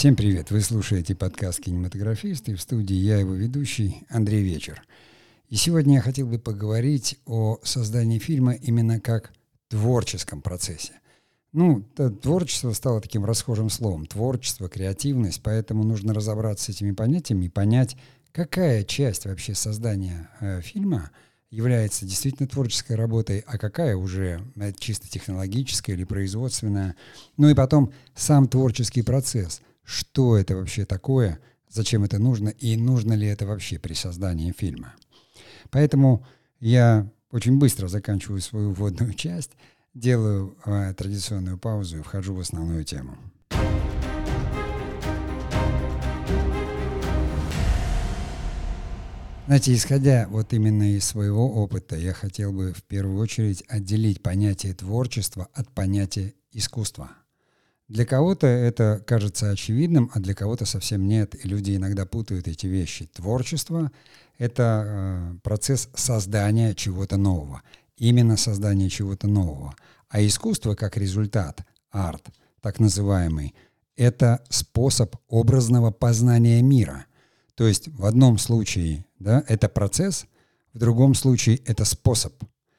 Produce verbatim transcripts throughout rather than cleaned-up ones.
Всем привет! Вы слушаете подкаст «Кинематографист», и в студии я, его ведущий, Андрей Вечер. И сегодня я хотел бы поговорить о создании фильма именно как творческом процессе. Ну, творчество стало таким расхожим словом. Творчество, креативность, поэтому нужно разобраться с этими понятиями и понять, какая часть вообще создания э, фильма является действительно творческой работой, а какая уже э, чисто технологическая или производственная. Ну и потом сам творческий процесс. Что это вообще такое, зачем это нужно и нужно ли это вообще при создании фильма. Поэтому я очень быстро заканчиваю свою вводную часть, делаю э, традиционную паузу и вхожу в основную тему. Знаете, исходя вот именно из своего опыта, я хотел бы в первую очередь отделить понятие творчества от понятия искусства. Для кого-то это кажется очевидным, а для кого-то совсем нет, и люди иногда путают эти вещи. Творчество — это э, процесс создания чего-то нового, именно создания чего-то нового. А искусство как результат, арт, так называемый, это способ образного познания мира. То есть в одном случае, да, это процесс, в другом случае это способ.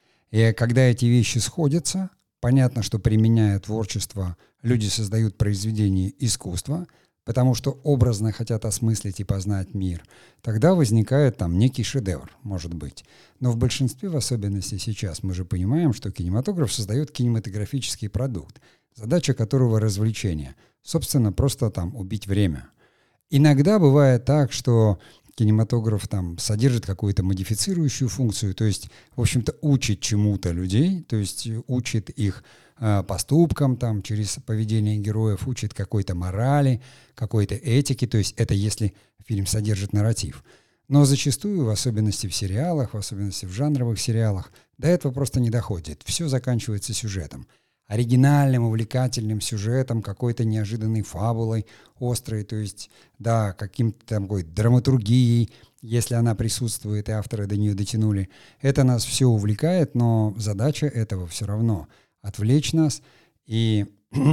И когда эти вещи сходятся, понятно, что, применяя творчество, люди создают произведения искусства, потому что образно хотят осмыслить и познать мир. Тогда возникает там некий шедевр, может быть. Но в большинстве, в особенности сейчас, мы же понимаем, что кинематограф создает кинематографический продукт, задача которого — развлечение. Собственно, просто там убить время. Иногда бывает так, что кинематограф там содержит какую-то модифицирующую функцию, то есть, в общем-то, учит чему-то людей, то есть учит их э, поступкам там, через поведение героев, учит какой-то морали, какой-то этике, то есть это если фильм содержит нарратив. Но зачастую, в особенности в сериалах, в особенности в жанровых сериалах, до этого просто не доходит. Все заканчивается сюжетом. Оригинальным, увлекательным сюжетом, какой-то неожиданной фабулой, острой, то есть, да, каким-то такой драматургией, если она присутствует, и авторы до нее дотянули. Это нас все увлекает, но задача этого все равно — отвлечь нас и,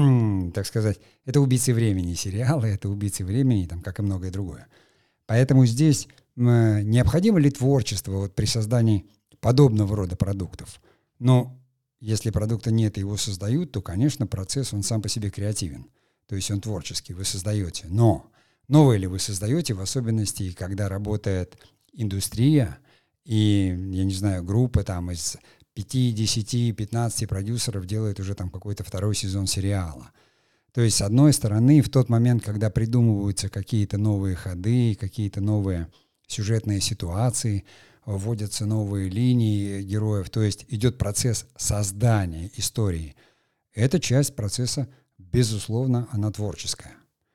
так сказать, это «Убийцы времени» сериалы, это «Убийцы времени», там, как и многое другое. Поэтому здесь э, необходимо ли творчество вот, при создании подобного рода продуктов? Но если продукта нет и его создают, то, конечно, процесс, он сам по себе креативен. То есть он творческий, вы создаете. Но новое ли вы создаете, в особенности, когда работает индустрия и, я не знаю, группа там из пяти, десяти, пятнадцати продюсеров делает уже там какой-то второй сезон сериала. То есть, с одной стороны, в тот момент, когда придумываются какие-то новые ходы, какие-то новые сюжетные ситуации, вводятся новые линии героев, то есть идет процесс создания истории. Эта часть процесса, безусловно, она творческая.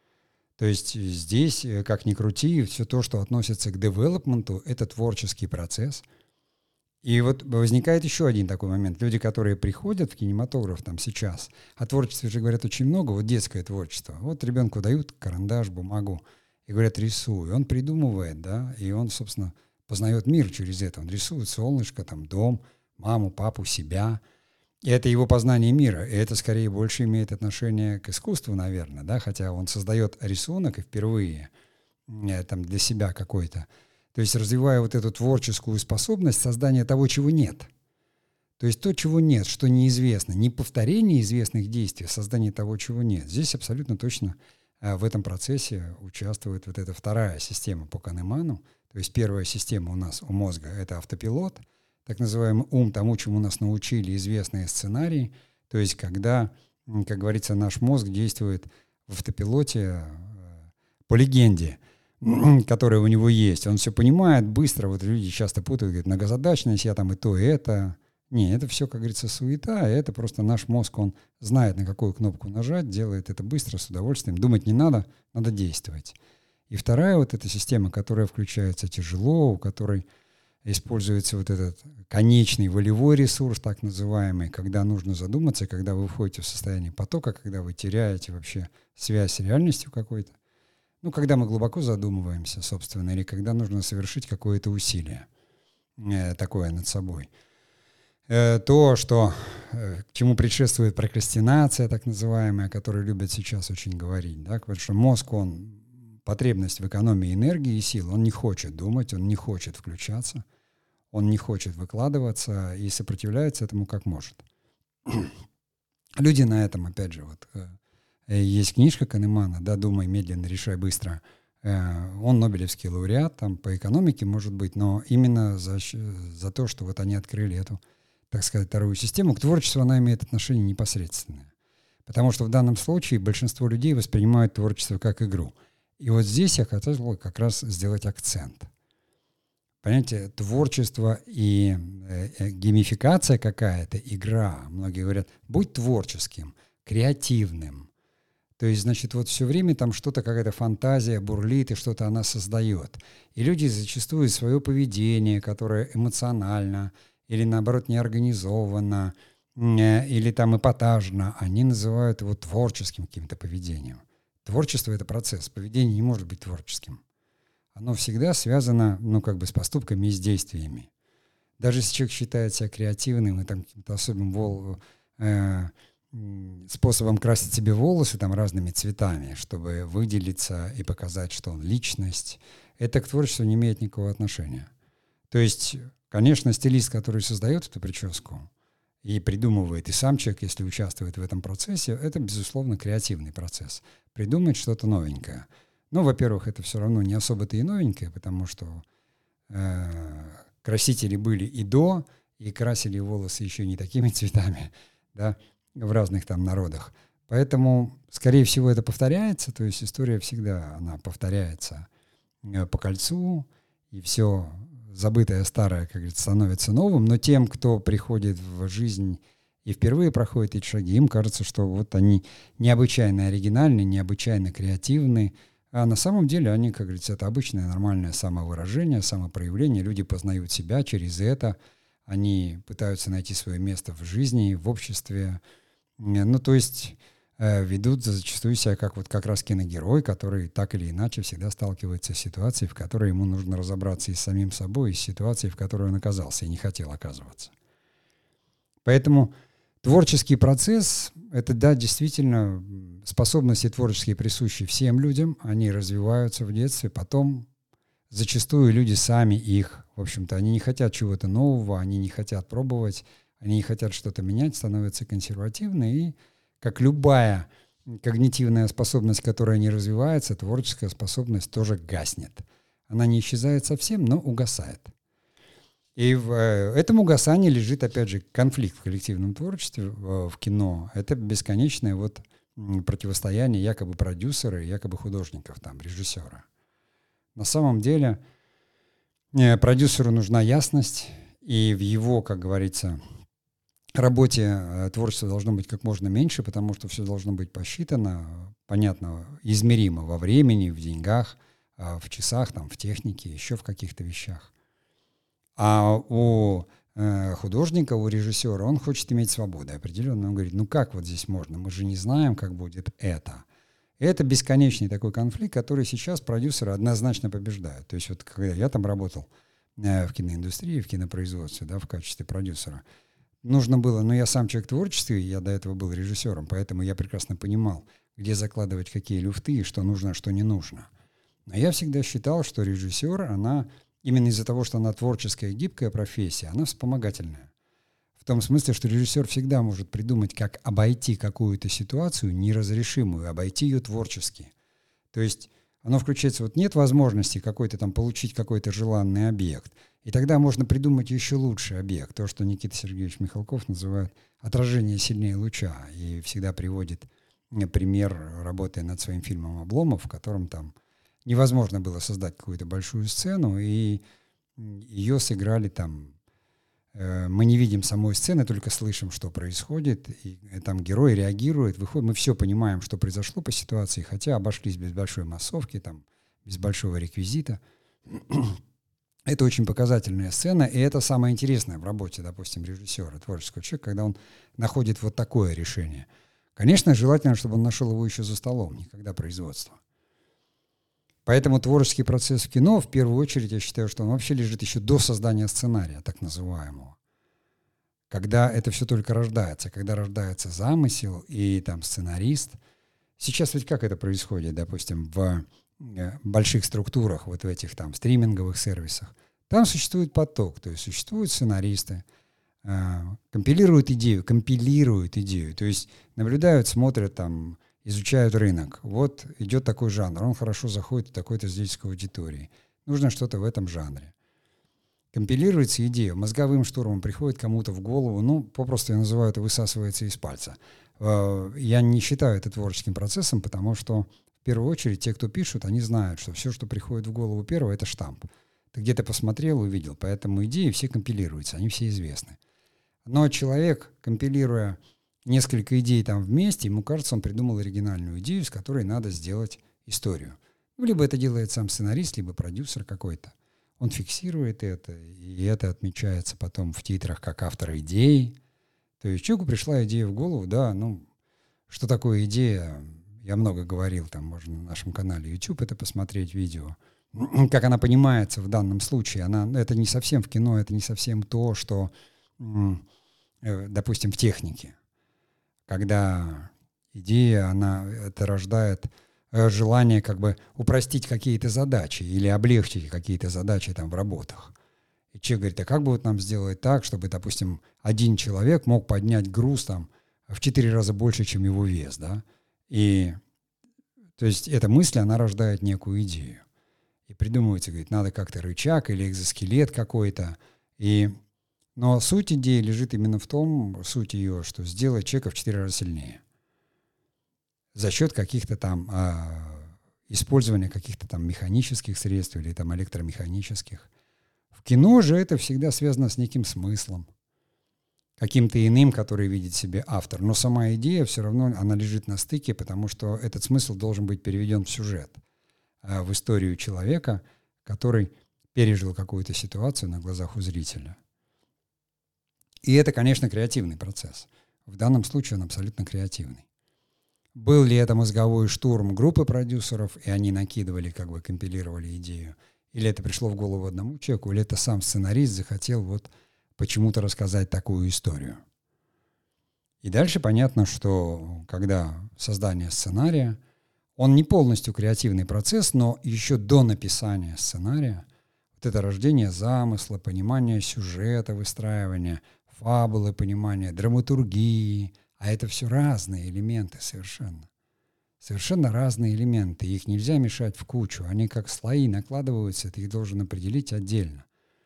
То есть здесь, как ни крути, все то, что относится к девелопменту, это творческий процесс. И вот возникает еще один такой момент. Люди, которые приходят в кинематограф там сейчас, о творчестве же говорят очень много, вот детское творчество. Вот ребенку дают карандаш, бумагу и говорят: рисуй. Он придумывает, да, и он, собственно, познает мир через это. Он рисует солнышко, там, дом, маму, папу, себя. И это его познание мира. И это скорее больше имеет отношение к искусству, наверное, да, хотя он создает рисунок и впервые э, там, для себя какой-то. То есть развивая вот эту творческую способность создания того, чего нет. То есть то, чего нет, что неизвестно. Не повторение известных действий, а создание того, чего нет. Здесь абсолютно точно э, в этом процессе участвует вот эта вторая система по Канеману. То есть первая система у нас, у мозга, это автопилот, так называемый ум, тому, чему нас научили известные сценарии. То есть когда, как говорится, наш мозг действует в автопилоте по легенде, которая у него есть. Он все понимает быстро. Вот люди часто путают, говорят, многозадачность, я там и то, и это. Не, это все, как говорится, суета. Это просто наш мозг, он знает, на какую кнопку нажать, делает это быстро, с удовольствием. Думать не надо, надо действовать. И вторая вот эта система, которая включается тяжело, у которой используется вот этот конечный волевой ресурс, так называемый, когда нужно задуматься, когда вы входите в состояние потока, когда вы теряете вообще связь с реальностью какой-то. Ну, когда мы глубоко задумываемся, собственно, или когда нужно совершить какое-то усилие э, такое над собой. Э, то, что к чему предшествует прокрастинация, так называемая, о которой любят сейчас очень говорить, да, потому что мозг, он потребность в экономии энергии и сил, он не хочет думать, он не хочет включаться, он не хочет выкладываться и сопротивляется этому как может. Люди на этом, опять же, вот есть книжка Канемана, да, «Думай медленно, решай быстро». Он нобелевский лауреат там, по экономике, может быть, но именно за, за то, что вот они открыли эту, так сказать, вторую систему, к творчеству она имеет отношение непосредственное. Потому что в данном случае большинство людей воспринимают творчество как игру. И вот здесь я хотел как раз сделать акцент. Понимаете, творчество и э, геймификация какая-то, игра. Многие говорят, будь творческим, креативным. То есть, значит, вот все время там что-то, какая-то фантазия бурлит, и что-то она создает. И люди зачастую свое поведение, которое эмоционально или, наоборот, неорганизованно, э, или там эпатажно, они называют его творческим каким-то поведением. Творчество — это процесс. Поведение не может быть творческим. Оно всегда связано, ну, как бы с поступками и с действиями. Даже если человек считает себя креативным и там каким-то особым вол, э, способом красить себе волосы там разными цветами, чтобы выделиться и показать, что он личность, это к творчеству не имеет никакого отношения. То есть, конечно, стилист, который создает эту прическу и придумывает, и сам человек, если участвует в этом процессе, это, безусловно, креативный процесс. Придумать что-то новенькое. Ну, во-первых, это все равно не особо-то и новенькое, потому что э, красители были и до, и красили волосы еще не такими цветами, да, в разных там народах. Поэтому, скорее всего, это повторяется, то есть история всегда, она повторяется э, по кольцу, и все забытое старое, как говорится, становится новым, но тем, кто приходит в жизнь и впервые проходит эти шаги, им кажется, что вот они необычайно оригинальны, необычайно креативны, а на самом деле они, как говорится, это обычное нормальное самовыражение, самопроявление. Люди познают себя через это, они пытаются найти свое место в жизни, в обществе. Ну, то есть э, ведут зачастую себя как вот как раз киногерой, который так или иначе всегда сталкивается с ситуацией, в которой ему нужно разобраться и с самим собой, и с ситуацией, в которой он оказался и не хотел оказываться. Поэтому творческий процесс — это, да, действительно, способности творческие присущи всем людям, они развиваются в детстве, потом зачастую люди сами их, в общем-то, они не хотят чего-то нового, они не хотят пробовать, они не хотят что-то менять, становятся консервативны, и, как любая когнитивная способность, которая не развивается, творческая способность тоже гаснет. Она не исчезает совсем, но угасает. И в этом угасании лежит, опять же, конфликт в коллективном творчестве, в кино. Это бесконечное вот противостояние якобы продюсера и якобы художников, там, режиссера. На самом деле продюсеру нужна ясность, и в его, как говорится, работе творчества должно быть как можно меньше, потому что все должно быть посчитано, понятно, измеримо во времени, в деньгах, в часах, там, в технике, еще в каких-то вещах. А у э, художника, у режиссера, он хочет иметь свободу определенно. Он говорит, ну как вот здесь можно? Мы же не знаем, как будет это. И это бесконечный такой конфликт, который сейчас продюсеры однозначно побеждают. То есть вот когда я там работал э, в киноиндустрии, в кинопроизводстве, да, в качестве продюсера, нужно было, ну я сам человек творчества, я до этого был режиссером, поэтому я прекрасно понимал, где закладывать какие люфты и что нужно, а что не нужно. Но я всегда считал, что режиссер, она... Именно из-за того, что она творческая и гибкая профессия, она вспомогательная. В том смысле, что режиссер всегда может придумать, как обойти какую-то ситуацию неразрешимую, обойти ее творчески. То есть оно включается, вот нет возможности какой-то там получить какой-то желанный объект, и тогда можно придумать еще лучший объект, то, что Никита Сергеевич Михалков называет отражение сильнее луча, и всегда приводит пример, работая над своим фильмом «Обломов», в котором там невозможно было создать какую-то большую сцену, и ее сыграли там. Э, мы не видим самой сцены, только слышим, что происходит, и, и там герой реагирует, выходит, мы все понимаем, что произошло по ситуации, хотя обошлись без большой массовки, там, без большого реквизита. Это очень показательная сцена, и это самое интересное в работе, допустим, режиссера, творческого человека, когда он находит вот такое решение. Конечно, желательно, чтобы он нашел его еще за столом, никогда производство. Поэтому творческий процесс в кино, в первую очередь, я считаю, что он вообще лежит еще до создания сценария, так называемого. когда это все только рождается, когда рождается замысел и там сценарист. Сейчас ведь как это происходит, допустим, в больших структурах, вот в этих там стриминговых сервисах, там существует поток, то есть существуют сценаристы, э, компилируют идею, компилируют идею, то есть наблюдают, смотрят там, изучают рынок. Вот идет такой жанр, он хорошо заходит в такой-то зрительской аудитории. Нужно что-то в этом жанре. Компилируется идея, мозговым штурмом приходит кому-то в голову, ну, попросту я называю это высасывается из пальца. Я не считаю это творческим процессом, потому что в первую очередь те, кто пишут, они знают, что все, что приходит в голову первого, это штамп. Ты где-то посмотрел, увидел, поэтому идеи все компилируются, они все известны. Но человек, компилируя несколько идей там вместе, ему кажется, он придумал оригинальную идею, с которой надо сделать историю. Ну, либо это делает сам сценарист, либо продюсер какой-то. Он фиксирует это, и это отмечается потом в титрах как автор идеи. То есть человеку пришла идея в голову, да, ну, что такое идея, я много говорил, там можно на нашем канале YouTube это посмотреть видео, как она понимается в данном случае. Она, это не совсем в кино, это не совсем то, что, допустим, в технике. Когда идея, она это рождает желание как бы упростить какие-то задачи или облегчить какие-то задачи там в работах. И человек говорит, а как бы вот нам сделать так, чтобы, допустим, один человек мог поднять груз там в четыре раза больше, чем его вес, да? И то есть эта мысль, она рождает некую идею. И придумывается, говорит, надо как-то рычаг или экзоскелет какой-то. И, но суть идеи лежит именно в том, суть ее, что сделать человека в четыре раза сильнее. За счет каких-то там а, использования каких-то там механических средств или там электромеханических. В кино же это всегда связано с неким смыслом, каким-то иным, который видит себе автор. Но сама идея все равно, она лежит на стыке, потому что этот смысл должен быть переведен в сюжет, а, в историю человека, который пережил какую-то ситуацию на глазах у зрителя. И это, конечно, креативный процесс. В данном случае он абсолютно креативный. Был ли это мозговой штурм группы продюсеров, и они накидывали, как бы компилировали идею, или это пришло в голову одному человеку, или это сам сценарист захотел вот почему-то рассказать такую историю. И дальше понятно, что когда создание сценария, он не полностью креативный процесс, но еще до написания сценария, вот это рождение замысла, понимание сюжета, выстраивание фабулы, понимание драматургии, а это все разные элементы совершенно. Совершенно разные элементы. Их нельзя мешать в кучу. Они как слои накладываются, ты их должен определить отдельно.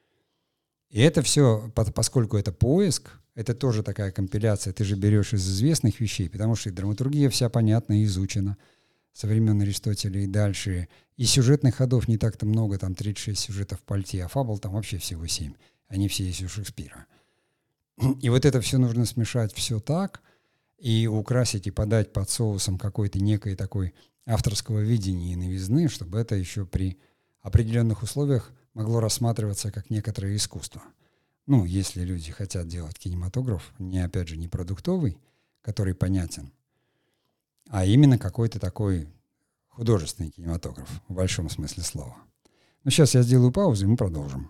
И это все, поскольку это поиск, это тоже такая компиляция. Ты же берешь из известных вещей, потому что и драматургия вся понятна и изучена со времен Аристотеля и дальше. И сюжетных ходов не так-то много, там тридцать шесть сюжетов в Пальте, а фабул там вообще всего семь. Они все есть у Шекспира. И вот это все нужно смешать все так, и украсить и подать под соусом какой-то некой такой авторского видения и новизны, чтобы это еще при определенных условиях могло рассматриваться как некоторое искусство. Ну, если люди хотят делать кинематограф, не, опять же, не продуктовый, который понятен, а именно какой-то такой художественный кинематограф в большом смысле слова. Ну, сейчас я сделаю паузу, и мы продолжим.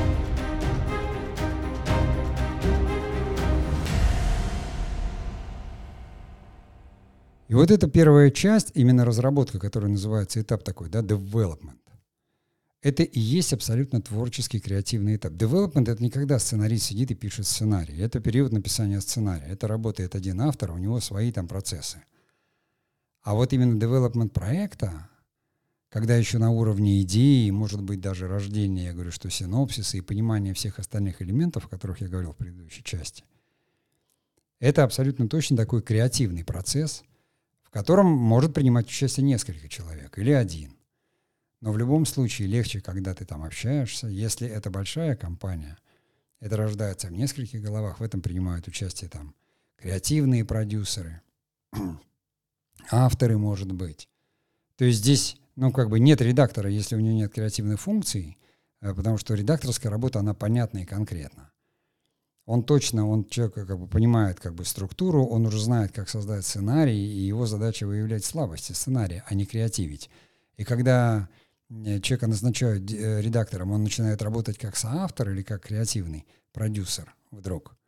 И вот эта первая часть, именно разработка, которая называется этап такой, да, development, это и есть абсолютно творческий, креативный этап. Development — это не когда сценарист сидит и пишет сценарий. Это период написания сценария. Это работает один автор, у него свои там процессы. А вот именно development проекта, когда еще на уровне идеи, может быть, даже рождения, я говорю, что синопсиса и понимания всех остальных элементов, о которых я говорил в предыдущей части, это абсолютно точно такой креативный процесс, в котором может принимать участие несколько человек или один. Но в любом случае легче, когда ты там общаешься. Если это большая компания, это рождается в нескольких головах, в этом принимают участие там креативные продюсеры, авторы, может быть. То есть здесь, ну, как бы нет редактора, если у него нет креативной функции, потому что редакторская работа, она понятна и конкретна. Он точно, он человек как бы понимает как бы структуру, он уже знает, как создать сценарий, и его задача выявлять слабости сценария, а не креативить. И когда человека назначают редактором, он начинает работать как соавтор или как креативный продюсер вдруг.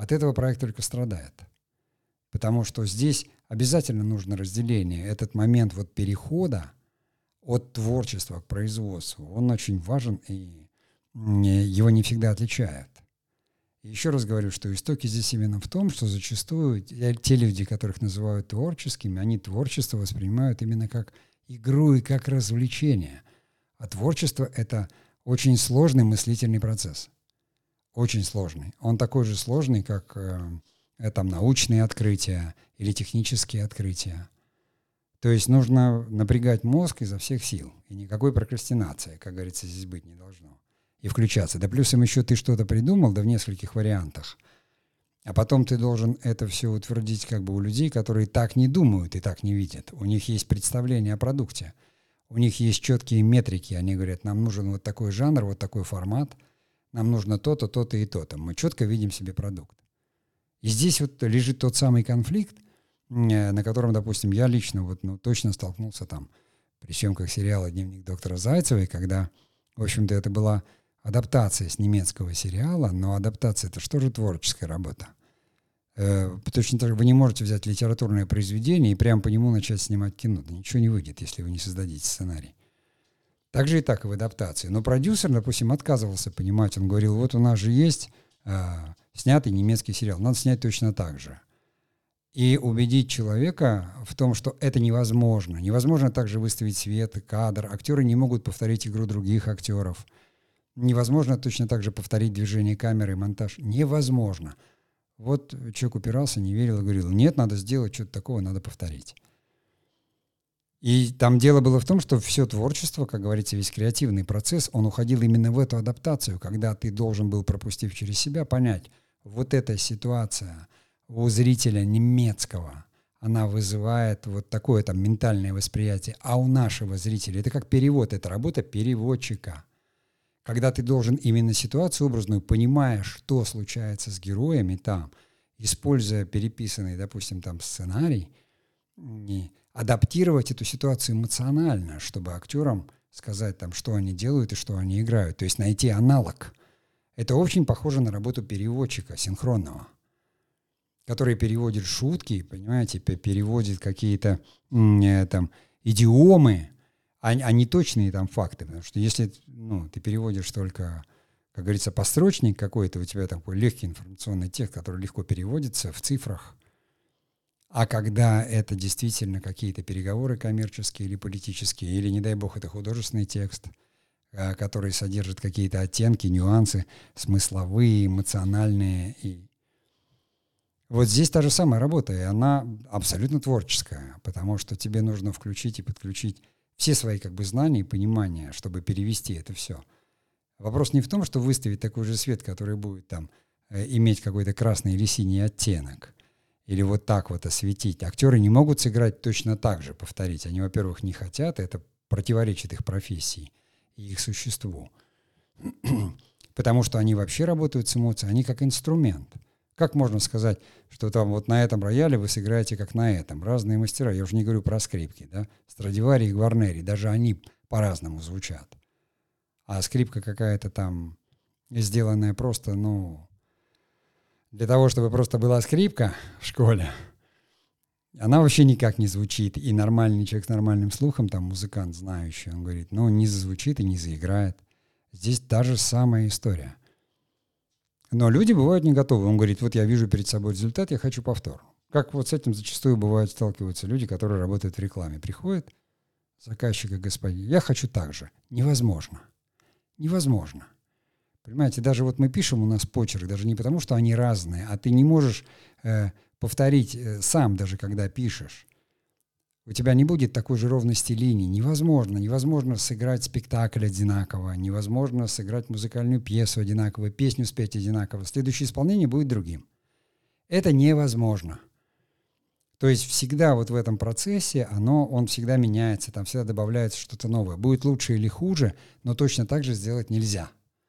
от этого проект только страдает. Потому что здесь обязательно нужно разделение. Этот момент вот перехода от творчества к производству, он очень важен, и его не всегда отличают. И еще раз говорю, что истоки здесь именно в том, что зачастую те люди, которых называют творческими, они творчество воспринимают именно как игру и как развлечение. А творчество — это очень сложный мыслительный процесс. Очень сложный. Он такой же сложный, как э, там, научные открытия или технические открытия. То есть нужно напрягать мозг изо всех сил. И никакой прокрастинации, как говорится, здесь быть не должно. И включаться. Да плюсом еще ты что-то придумал, да в нескольких вариантах. А потом ты должен это все утвердить как бы у людей, которые так не думают и так не видят. У них есть представление о продукте. У них есть четкие метрики. Они говорят, нам нужен вот такой жанр, вот такой формат. Нам нужно то-то, то-то и то-то. Мы четко видим себе продукт. И здесь вот лежит тот самый конфликт, на котором, допустим, я лично вот, ну, точно столкнулся там при съемках сериала «Дневник доктора Зайцевой», когда, в общем-то, это была адаптация с немецкого сериала, но адаптация — это что же творческая работа? Э, точно так же вы не можете взять литературное произведение и прямо по нему начать снимать кино. Да ничего не выйдет, если вы не создадите сценарий. Так же и так и в адаптации. Но продюсер, допустим, отказывался понимать. Он говорил, вот у нас же есть э, снятый немецкий сериал, надо снять точно так же. И убедить человека в том, что это невозможно. Невозможно также выставить свет, кадр. Актеры не могут повторить игру других актеров. Невозможно точно так же повторить движение камеры и монтаж. Невозможно. Вот человек упирался, не верил и говорил, нет, надо сделать что-то такое, надо повторить. И там дело было в том, что все творчество, как говорится, весь креативный процесс, он уходил именно в эту адаптацию, когда ты должен был, пропустив через себя, понять, вот эта ситуация у зрителя немецкого, она вызывает вот такое там ментальное восприятие, а у нашего зрителя это как перевод, это работа переводчика. Когда ты должен именно ситуацию образную, понимая, что случается с героями там, используя переписанный, допустим, там сценарий, и адаптировать эту ситуацию эмоционально, чтобы актерам сказать, там, что они делают и что они играют. То есть найти аналог. Это очень похоже на работу переводчика синхронного, который переводит шутки, понимаете, переводит какие-то э, там идиомы, а, а не точные там факты. Потому что если ну, ты переводишь только, как говорится, построчник какой-то, у тебя такой легкий информационный текст, который легко переводится в цифрах. А когда это действительно какие-то переговоры коммерческие или политические, или, не дай бог, это художественный текст, который содержит какие-то оттенки, нюансы, смысловые, эмоциональные. И вот здесь та же самая работа, и она абсолютно творческая, потому что тебе нужно включить и подключить все свои как бы знания и понимания, чтобы перевести это все. Вопрос не в том, что выставить такой же свет, который будет там э, иметь какой-то красный или синий оттенок, или вот так вот осветить. Актеры не могут сыграть точно так же, повторить. Они, во-первых, не хотят, это противоречит их профессии и их существу. Потому что они вообще работают с эмоцией, они как инструмент. Как можно сказать, что там вот на этом рояле вы сыграете как на этом? Разные мастера, я уже не говорю про скрипки, да? Страдивари и Гварнери, даже они по-разному звучат. А скрипка какая-то там сделанная просто, ну, для того, чтобы просто была скрипка в школе, она вообще никак не звучит. И нормальный человек с нормальным слухом, там музыкант знающий, он говорит, ну, не зазвучит и не заиграет. Здесь та же самая история. Но люди бывают не готовы. Он говорит, вот я вижу перед собой результат, я хочу повтор. Как вот с этим зачастую бывают сталкиваются люди, которые работают в рекламе. Приходят заказчик и господин, я хочу так же. Невозможно. Невозможно. Понимаете, даже вот мы пишем, у нас почерк, даже не потому, что они разные, а ты не можешь э, повторить э, сам, даже когда пишешь. У тебя не будет такой же ровности линий. Невозможно. Невозможно сыграть спектакль одинаково, невозможно сыграть музыкальную пьесу одинаково, песню спеть одинаково. Следующее исполнение будет другим. Это невозможно. То есть всегда вот в этом процессе оно, он всегда меняется, там всегда добавляется что-то новое. Будет лучше или хуже, но точно так же сделать нельзя.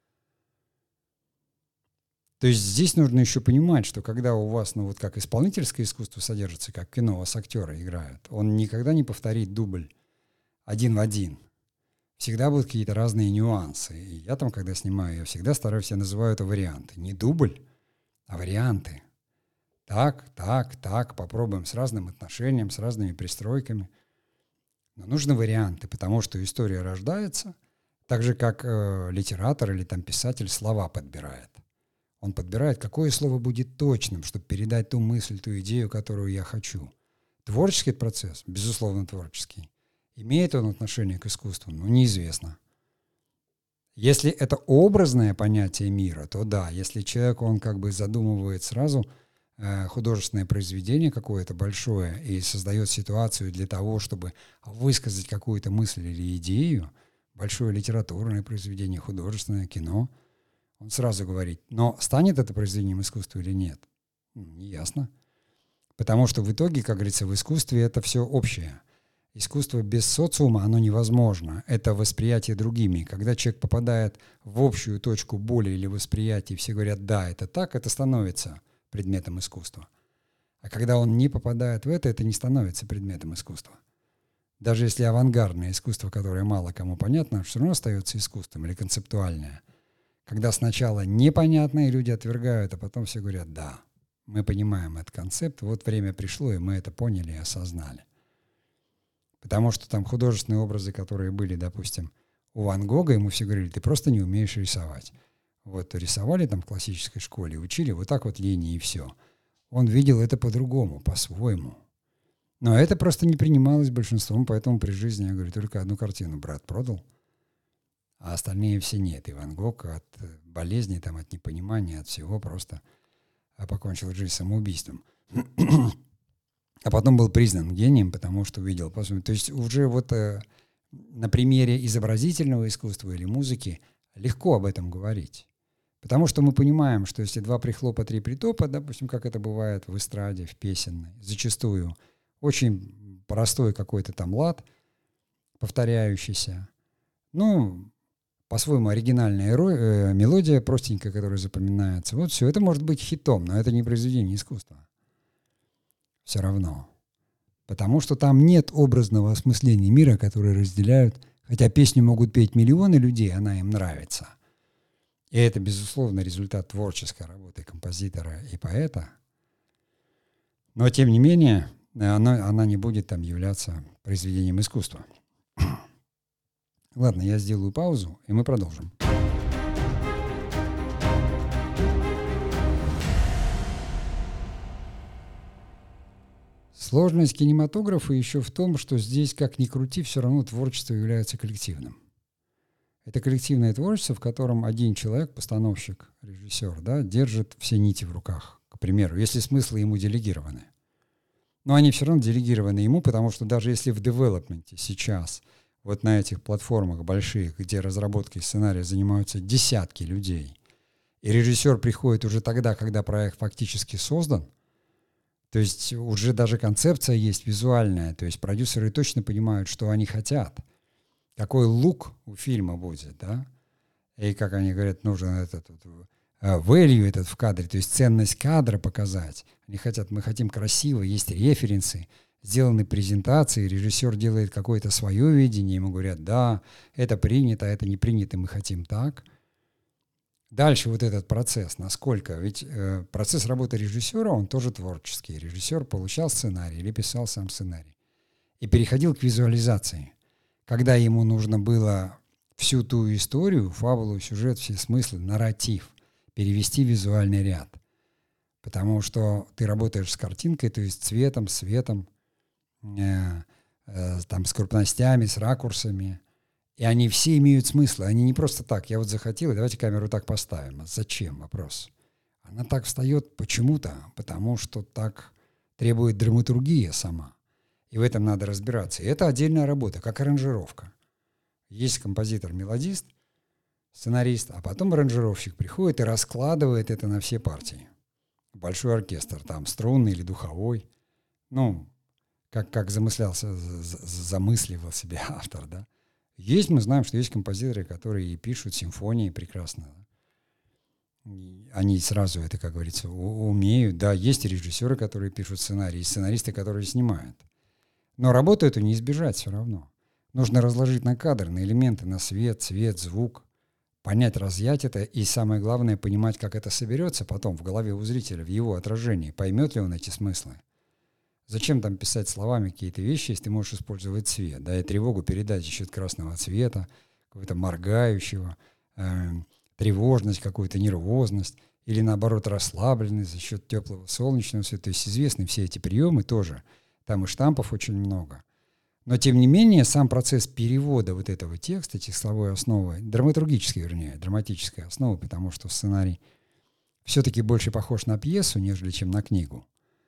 То есть здесь нужно еще понимать, что когда у вас, ну вот как исполнительское искусство содержится, как кино, у вас актеры играют, он никогда не повторит дубль один в один. Всегда будут какие-то разные нюансы. И я там, когда снимаю, я всегда стараюсь, я называю это варианты. Не дубль, а варианты. Так, так, так, попробуем с разным отношением, с разными пристройками. Но нужны варианты, потому что история рождается так же, как э, литератор или там писатель слова подбирает. Он подбирает, какое слово будет точным, чтобы передать ту мысль, ту идею, которую я хочу. Творческий процесс, безусловно, творческий. Имеет он отношение к искусству? Ну, неизвестно. Если это образное понятие мира, то да. Если человек, он как бы задумывает сразу э, художественное произведение какое-то большое и создает ситуацию для того, чтобы высказать какую-то мысль или идею, большое литературное произведение, художественное кино, он сразу говорит, но станет это произведением искусства или нет? Не ясно. Потому что в итоге, как говорится, в искусстве это все общее. Искусство без социума, оно невозможно. Это восприятие другими. Когда человек попадает в общую точку боли или восприятия, все говорят, да, это так, это становится предметом искусства. А когда он не попадает в это, это не становится предметом искусства. Даже если авангардное искусство, которое мало кому понятно, все равно остается искусством или концептуальное. Когда сначала непонятно, и люди отвергают, а потом все говорят, да, мы понимаем этот концепт, вот время пришло, и мы это поняли и осознали. Потому что там художественные образы, которые были, допустим, у Ван Гога, ему все говорили, ты просто не умеешь рисовать. Вот рисовали там в классической школе, учили вот так вот линии и все. Он видел это по-другому, по-своему. Но это просто не принималось большинством, поэтому при жизни, я говорю, только одну картину брат продал, а остальные все нет. И Ван Гог от болезни, там, от непонимания, от всего просто покончил жизнь самоубийством. А потом был признан гением, потому что увидел. То есть уже вот э, на примере изобразительного искусства или музыки легко об этом говорить. Потому что мы понимаем, что если два прихлопа, три притопа, допустим, как это бывает в эстраде, в песенной, зачастую очень простой какой-то там лад, повторяющийся, ну, по-своему оригинальная ро- э, мелодия, простенькая, которая запоминается. Вот все, это может быть хитом, но это не произведение искусства. Все равно. Потому что там нет образного осмысления мира, которые разделяют, хотя песню могут петь миллионы людей, она им нравится. И это, безусловно, результат творческой работы композитора и поэта. Но, тем не менее, она, она не будет там являться произведением искусства. Ладно, я сделаю паузу, и мы продолжим. Сложность кинематографа еще в том, что здесь, как ни крути, все равно творчество является коллективным. Это коллективное творчество, в котором один человек, постановщик, режиссер, да, держит все нити в руках, к примеру, если смыслы ему делегированы. Но они все равно делегированы ему, потому что даже если в девелопменте сейчас, вот на этих платформах больших, где разработкой сценария занимаются десятки людей, и режиссер приходит уже тогда, когда проект фактически создан, то есть уже даже концепция есть визуальная, то есть продюсеры точно понимают, что они хотят, какой лук у фильма будет, да, и как они говорят, нужен этот uh, value этот в кадре, то есть ценность кадра показать. Они хотят, мы хотим красиво, есть референсы, сделаны презентации, режиссер делает какое-то свое видение, ему говорят, да, это принято, это не принято, мы хотим так. Дальше вот этот процесс, насколько, ведь э, процесс работы режиссера, он тоже творческий. Режиссер получал сценарий или писал сам сценарий и переходил к визуализации, когда ему нужно было всю ту историю, фабулу, сюжет, все смыслы, нарратив перевести в визуальный ряд. Потому что ты работаешь с картинкой, то есть цветом, светом, э, э, там, с крупностями, с ракурсами. И они все имеют смысл. Они не просто так. Я вот захотел, и давайте камеру так поставим. А зачем? Вопрос. Она так встает почему-то, потому что так требует драматургия сама. И в этом надо разбираться. И это отдельная работа, как аранжировка. Есть композитор-мелодист, сценарист, а потом аранжировщик приходит и раскладывает это на все партии. Большой оркестр, там струнный или духовой. Ну, как, как замыслялся, замысливал себе автор, да. Есть, мы знаем, что есть композиторы, которые и пишут симфонии прекрасно. Они сразу это, как говорится, умеют. Да, есть режиссеры, которые пишут сценарии, есть сценаристы, которые снимают. Но работу эту не избежать все равно. Нужно разложить на кадр, на элементы, на свет, цвет, звук, понять, разъять это, и самое главное, понимать, как это соберется потом в голове у зрителя, в его отражении, поймет ли он эти смыслы. Зачем там писать словами какие-то вещи, если ты можешь использовать цвет, да, и тревогу передать за счет красного цвета, какого-то моргающего, э, тревожность, какую-то нервозность, или наоборот расслабленность за счет теплого солнечного света. То есть известны все эти приемы тоже, там и штампов очень много. Но, тем не менее, сам процесс перевода вот этого текста, текстовой основы, драматургической, вернее, драматической основы, потому что сценарий все-таки больше похож на пьесу, нежели чем на книгу.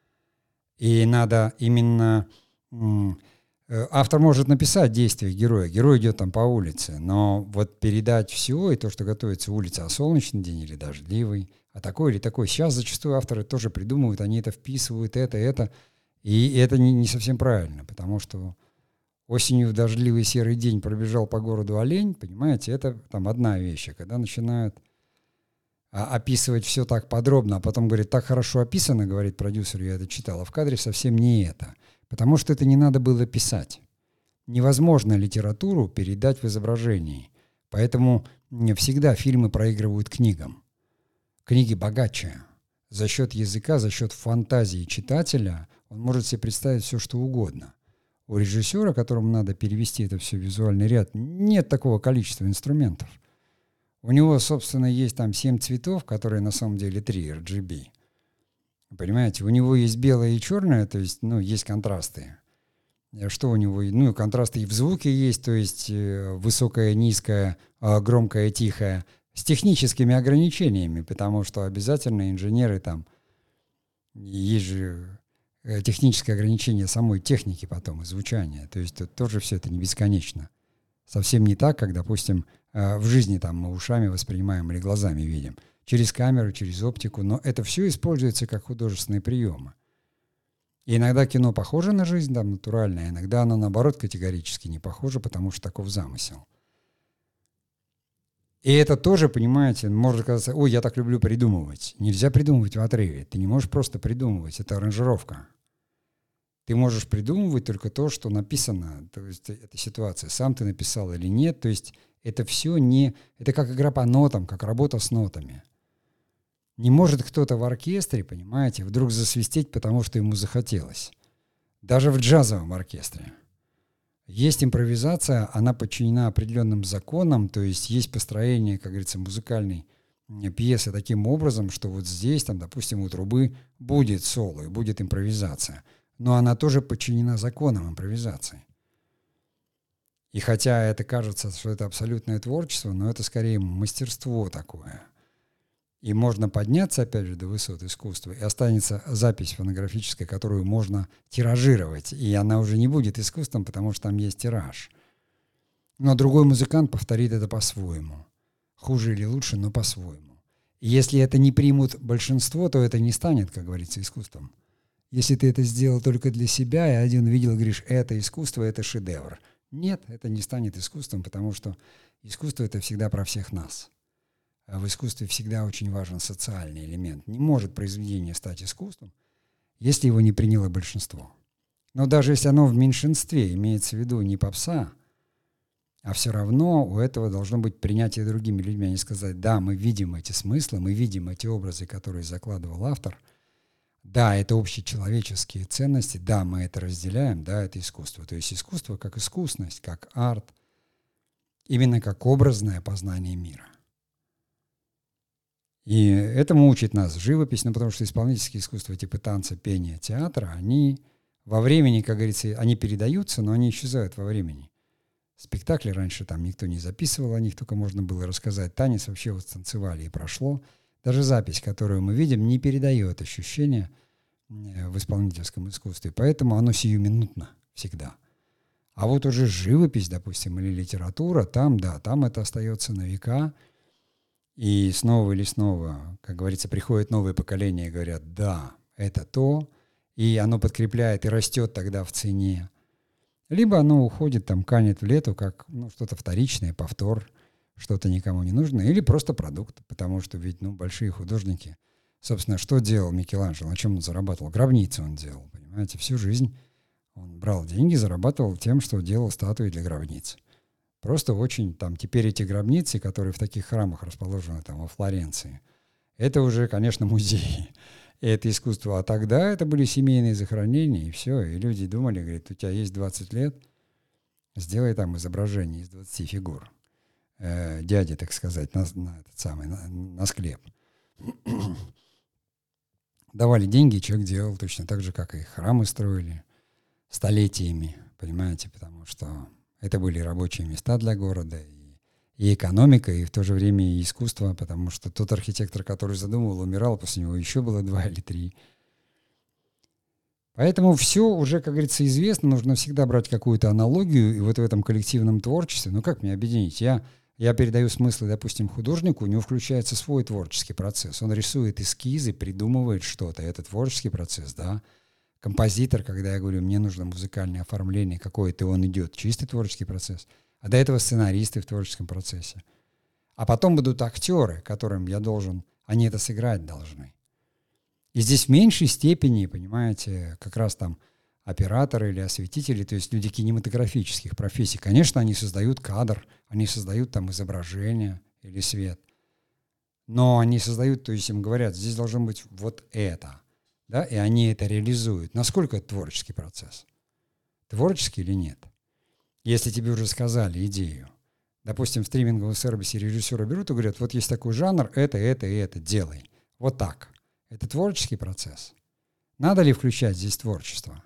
И надо именно... М- автор может написать действия героя. Герой идет там по улице, но вот передать все, и то, что готовится улица, а солнечный день или дождливый, а такой или такой. Сейчас зачастую авторы тоже придумывают, они это вписывают, это, это. И это не, не совсем правильно, потому что осенью в дождливый серый день пробежал по городу олень, понимаете, это там одна вещь. А когда начинают а, описывать все так подробно, а потом говорит, так хорошо описано, говорит продюсер, я это читал, а в кадре совсем не это. Потому что это не надо было писать. Невозможно литературу передать в изображении. Поэтому всегда фильмы проигрывают книгам. Книги богаче. За счет языка, за счет фантазии читателя он может себе представить все, что угодно. У режиссера, которому надо перевести это все в визуальный ряд, нет такого количества инструментов. У него, собственно, есть там семь цветов, которые на самом деле три, эр джи би. Понимаете, у него есть белое и черное, то есть, ну, есть контрасты. Что у него? Ну, контрасты и в звуке есть, то есть э, высокое, низкое, э, громкое, тихое, с техническими ограничениями, потому что обязательно инженеры там, есть же э, техническое ограничение самой техники потом и звучания, то есть тут тоже все это не бесконечно. Совсем не так, как, допустим, э, в жизни там мы ушами воспринимаем или глазами видим. Через камеру, через оптику, но это все используется как художественные приемы. И иногда кино похоже на жизнь, там, натуральное, иногда оно, наоборот, категорически не похоже, потому что таков замысел. И это тоже, понимаете, может казаться, ой, я так люблю придумывать. Нельзя придумывать в отрыве. Ты не можешь просто придумывать, это аранжировка. Ты можешь придумывать только то, что написано, то есть эта ситуация, сам ты написал или нет, то есть это все не... Это как игра по нотам, как работа с нотами. Не может кто-то в оркестре, понимаете, вдруг засвистеть, потому что ему захотелось. Даже в джазовом оркестре. Есть импровизация, она подчинена определенным законам, то есть есть построение, как говорится, музыкальной пьесы таким образом, что вот здесь, там, допустим, у трубы будет соло и будет импровизация. Но она тоже подчинена законам импровизации. И хотя это кажется, что это абсолютное творчество, но это скорее мастерство такое. И можно подняться, опять же, до высот искусства, и останется запись фонографическая, которую можно тиражировать, и она уже не будет искусством, потому что там есть тираж. Но другой музыкант повторит это по-своему. Хуже или лучше, но по-своему. И если это не примут большинство, то это не станет, как говорится, искусством. Если ты это сделал только для себя, и один увидел, говоришь, это искусство, это шедевр. Нет, это не станет искусством, потому что искусство — это всегда про всех нас. А в искусстве всегда очень важен социальный элемент. Не может произведение стать искусством, если его не приняло большинство. Но даже если оно в меньшинстве, имеется в виду не попса, а все равно у этого должно быть принятие другими людьми. Они сказать, да, мы видим эти смыслы, мы видим эти образы, которые закладывал автор. Да, это общечеловеческие ценности, да, мы это разделяем, да, это искусство. То есть искусство как искусность, как арт, именно как образное познание мира. И этому учит нас живопись, ну, потому что исполнительские искусства типа танца, пения, театра, они во времени, как говорится, они передаются, но они исчезают во времени. Спектакли раньше там никто не записывал, о них только можно было рассказать. Танец вообще вот станцевали и прошло. Даже запись, которую мы видим, не передает ощущения в исполнительском искусстве, поэтому оно сиюминутно всегда. А вот уже живопись, допустим, или литература, там, да, там это остается на века. И снова или снова, как говорится, приходит новое поколение и говорят, да, это то, и оно подкрепляет и растет тогда в цене. Либо оно уходит, там, канет в лету, как ну, что-то вторичное, повтор, что-то никому не нужно, или просто продукт, потому что ведь ну, большие художники, собственно, что делал Микеланджело, на чем он зарабатывал? Гробницы он делал, понимаете, всю жизнь он брал деньги, зарабатывал тем, что делал статуи для гробниц. Просто очень там теперь эти гробницы, которые в таких храмах расположены там во Флоренции, это уже, конечно, музей. И это искусство. А тогда это были семейные захоронения, и все. И люди думали, говорят, у тебя есть двадцать лет, сделай там изображение из двадцати фигур. Э, дяди, так сказать, на, на этот самый, на, на склеп. Давали деньги, человек делал точно так же, как и храмы строили столетиями, понимаете, потому что это были рабочие места для города, и, и экономика, и в то же время и искусство, потому что тот архитектор, который задумывал, умирал, после него еще было два или три. Поэтому все уже, как говорится, известно, нужно всегда брать какую-то аналогию, и вот в этом коллективном творчестве, ну как мне объединить? Я, я передаю смыслы, допустим, художнику, у него включается свой творческий процесс, он рисует эскизы, придумывает что-то, это творческий процесс, да. Композитор, когда я говорю, мне нужно музыкальное оформление какое-то, он идет, чистый творческий процесс. А до этого сценаристы в творческом процессе. А потом будут актеры, которым я должен, они это сыграть должны. И здесь в меньшей степени, понимаете, как раз там операторы или осветители, то есть люди кинематографических профессий, конечно, они создают кадр, они создают там изображение или свет. Но они создают, то есть им говорят, здесь должно быть вот это. Да, и они это реализуют. Насколько это творческий процесс? Творческий или нет? Если тебе уже сказали идею, допустим, в стриминговом сервисе режиссера берут и говорят, вот есть такой жанр, это, это и это, делай. Вот так. Это творческий процесс. Надо ли включать здесь творчество?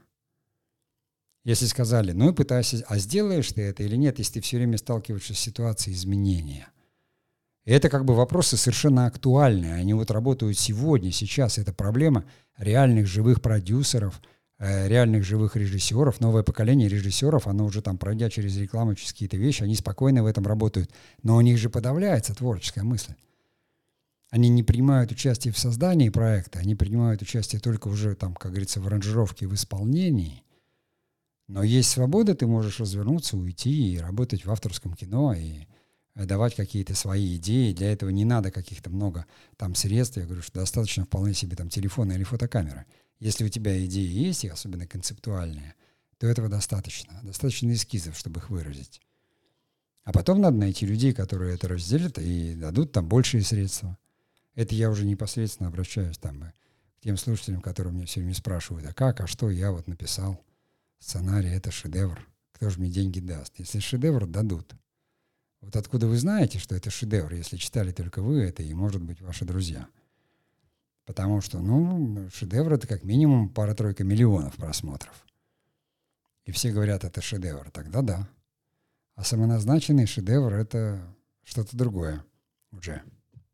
Если сказали, ну и пытайся, а сделаешь ты это или нет, если ты все время сталкиваешься с ситуацией изменения? И это как бы вопросы совершенно актуальные. Они вот работают сегодня, сейчас. Это проблема реальных живых продюсеров, э, реальных живых режиссеров. Новое поколение режиссеров, оно уже там, пройдя через рекламу, через какие-то вещи, они спокойно в этом работают. Но у них же подавляется творческая мысль. Они не принимают участие в создании проекта, они принимают участие только уже, там, как говорится, в аранжировке, в исполнении. Но есть свобода, ты можешь развернуться, уйти и работать в авторском кино, и давать какие-то свои идеи. Для этого не надо каких-то много там средств. Я говорю, что достаточно вполне себе там телефона или фотокамеры. Если у тебя идеи есть, и особенно концептуальные, то этого достаточно. Достаточно эскизов, чтобы их выразить. А потом надо найти людей, которые это разделят и дадут там большие средства. Это я уже непосредственно обращаюсь там к тем слушателям, которые меня все время спрашивают, а как, а что, я вот написал сценарий, это шедевр. Кто же мне деньги даст? Если шедевр, дадут. Вот откуда вы знаете, что это шедевр, если читали только вы это и, может быть, ваши друзья? Потому что, ну, шедевр — это как минимум пара-тройка миллионов просмотров. И все говорят, это шедевр. Тогда да. А самоназначенный шедевр — это что-то другое уже.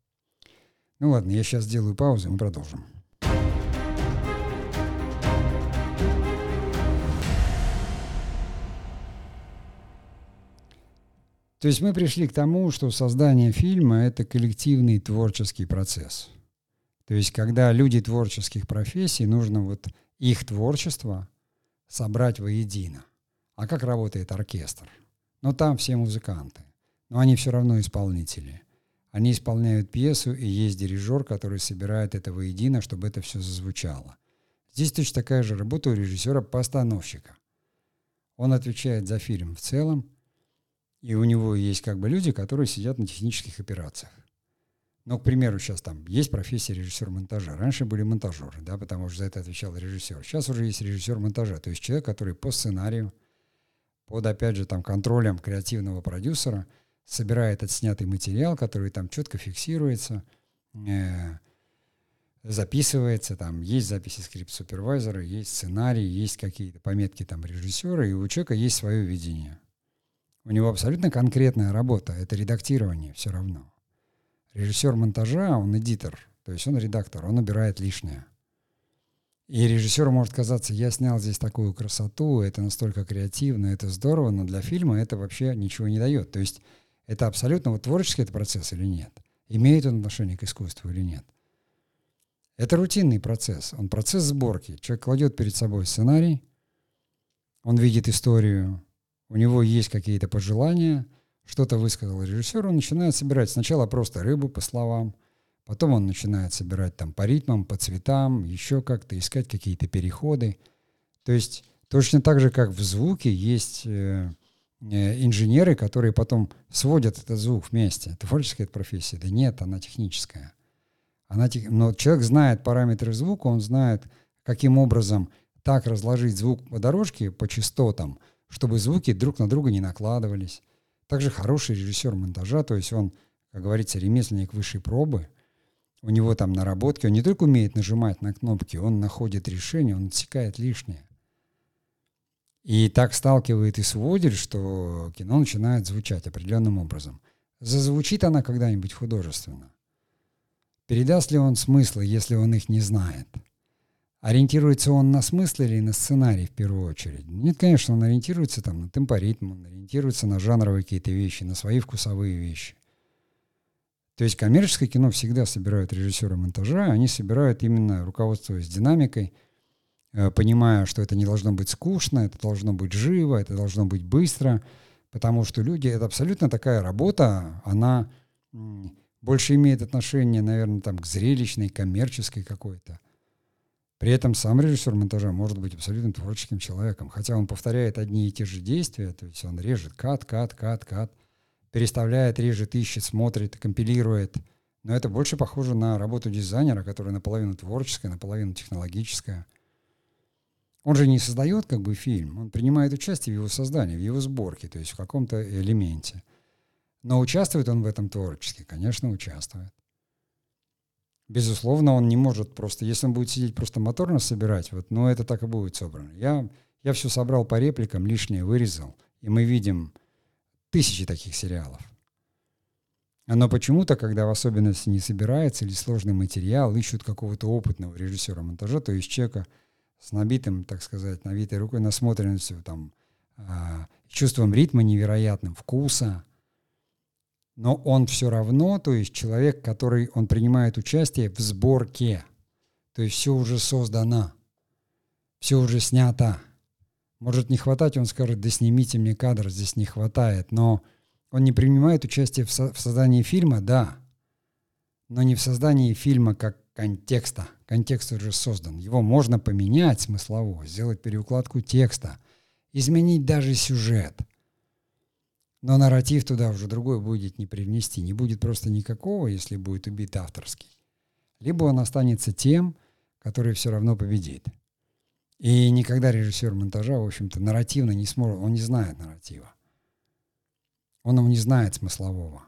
Ну ладно, я сейчас сделаю паузу, и мы продолжим. То есть мы пришли к тому, что создание фильма — это коллективный творческий процесс. То есть когда люди творческих профессий, нужно вот их творчество собрать воедино. А как работает оркестр? Ну там все музыканты, но они все равно исполнители. Они исполняют пьесу, и есть дирижер, который собирает это воедино, чтобы это все зазвучало. Здесь точно такая же работа у режиссера-постановщика. Он отвечает за фильм в целом, и у него есть как бы люди, которые сидят на технических операциях. Ну, к примеру, сейчас там есть профессия режиссер монтажа. Раньше были монтажеры, да, потому что за это отвечал режиссер. Сейчас уже есть режиссер монтажа, то есть человек, который по сценарию, под, опять же, там, контролем креативного продюсера собирает отснятый материал, который там четко фиксируется, э, записывается, там есть записи скрипт-супервайзера, есть сценарий, есть какие-то пометки там режиссера, и у человека есть свое видение. У него абсолютно конкретная работа, это редактирование все равно. Режиссер монтажа, он эдитор, то есть он редактор, он убирает лишнее. И режиссеру может казаться, я снял здесь такую красоту, это настолько креативно, это здорово, но для фильма это вообще ничего не дает. То есть это абсолютно вот творческий это процесс или нет? Имеет он отношение к искусству или нет? Это рутинный процесс, он процесс сборки. Человек кладет перед собой сценарий, он видит историю, у него есть какие-то пожелания, что-то высказал режиссер, он начинает собирать сначала просто рыбу по словам, потом он начинает собирать там по ритмам, по цветам, еще как-то искать какие-то переходы. То есть точно так же, как в звуке есть э, инженеры, которые потом сводят этот звук вместе. Творческая это профессия? Да нет, она техническая. Она тех... Но человек знает параметры звука, он знает, каким образом так разложить звук по дорожке, по частотам, чтобы звуки друг на друга не накладывались. Также хороший режиссер монтажа, то есть он, как говорится, ремесленник высшей пробы. У него там наработки, он не только умеет нажимать на кнопки, он находит решение, он отсекает лишнее. И так сталкивает и сводит, что кино начинает звучать определенным образом. Зазвучит она когда-нибудь художественно? Передаст ли он смыслы, если он их не знает? Ориентируется он на смысл или на сценарий в первую очередь? Нет, конечно, он ориентируется там на темпоритм, он ориентируется на жанровые какие-то вещи, на свои вкусовые вещи. То есть коммерческое кино всегда собирают режиссеры монтажа, они собирают именно руководствуясь динамикой, понимая, что это не должно быть скучно, это должно быть живо, это должно быть быстро, потому что люди, это абсолютно такая работа, она больше имеет отношение, наверное, там, к зрелищной, коммерческой какой-то. При этом сам режиссер монтажа может быть абсолютно творческим человеком, хотя он повторяет одни и те же действия, то есть он режет кат, кат, кат, кат, переставляет, режет, ищет, смотрит, компилирует. Но это больше похоже на работу дизайнера, которая наполовину творческая, наполовину технологическая. Он же не создает как бы фильм, он принимает участие в его создании, в его сборке, то есть в каком-то элементе. Но участвует он в этом творчески? Конечно, участвует. Безусловно, он не может просто, если он будет сидеть просто моторно собирать, вот, ну это так и будет собрано. Я, я все собрал по репликам, лишнее вырезал, и мы видим тысячи таких сериалов. Но почему-то, когда в особенности не собирается или сложный материал, ищут какого-то опытного режиссера монтажа, то есть человека с набитым, так сказать, набитой рукой, насмотренностью, там, а, чувством ритма невероятным, вкуса. Но он все равно, то есть человек, который, он принимает участие в сборке. То есть все уже создано, все уже снято. Может не хватать, он скажет, да снимите мне кадр, здесь не хватает. Но он не принимает участие в, со- в создании фильма, да, но не в создании фильма как контекста. Контекст уже создан. Его можно поменять смыслово, сделать переукладку текста, изменить даже сюжет. Но нарратив туда уже другой будет не привнести. Не будет просто никакого, если будет убит авторский. Либо он останется тем, который все равно победит. И никогда режиссер монтажа, в общем-то, нарративно не сможет, он не знает нарратива. Он его не знает смыслового.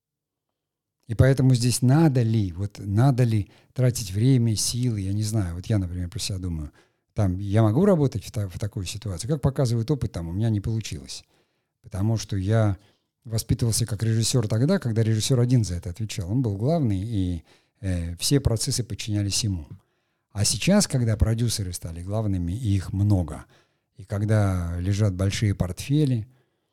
И поэтому здесь надо ли, вот надо ли тратить время, силы, я не знаю. Вот я, например, про себя думаю, там, я могу работать в, та, в такой ситуации? Как показывает опыт, там, у меня не получилось. Потому что я воспитывался как режиссер тогда, когда режиссер один за это отвечал. Он был главный, и э, все процессы подчинялись ему. А сейчас, когда продюсеры стали главными, и их много, и когда лежат большие портфели